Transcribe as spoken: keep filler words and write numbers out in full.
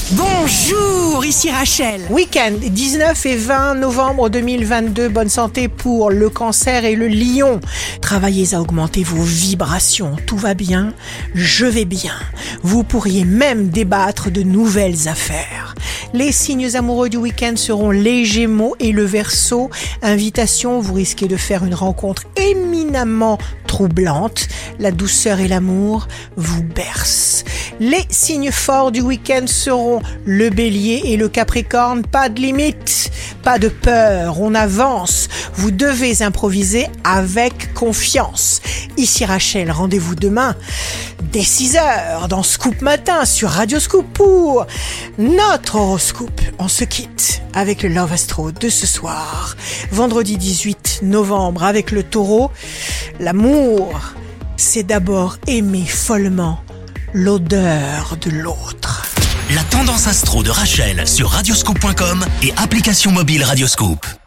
Bonjour, ici Rachel. Week-end dix-neuf et vingt novembre deux mille vingt-deux. Bonne santé pour le Cancer et le Lion. Travaillez à augmenter vos vibrations. Tout va bien, je vais bien. Vous pourriez même débattre de nouvelles affaires. Les signes amoureux du week-end seront les Gémeaux et le Verseau. Invitation, vous risquez de faire une rencontre éminemment troublante. La douceur et l'amour vous bercent. Les signes forts du week-end seront le Bélier et le Capricorne. Pas de limite, pas de peur, on avance. Vous devez improviser avec confiance. Ici Rachel, rendez-vous demain dès six heures dans Scoop Matin sur Radio Scoop pour notre horoscope. On se quitte avec le Love Astro de ce soir, vendredi dix-huit novembre avec le Taureau. L'amour, c'est d'abord aimer follement l'odeur de l'autre. La tendance astro de Rachel sur radioscoop point com et application mobile Radioscoop.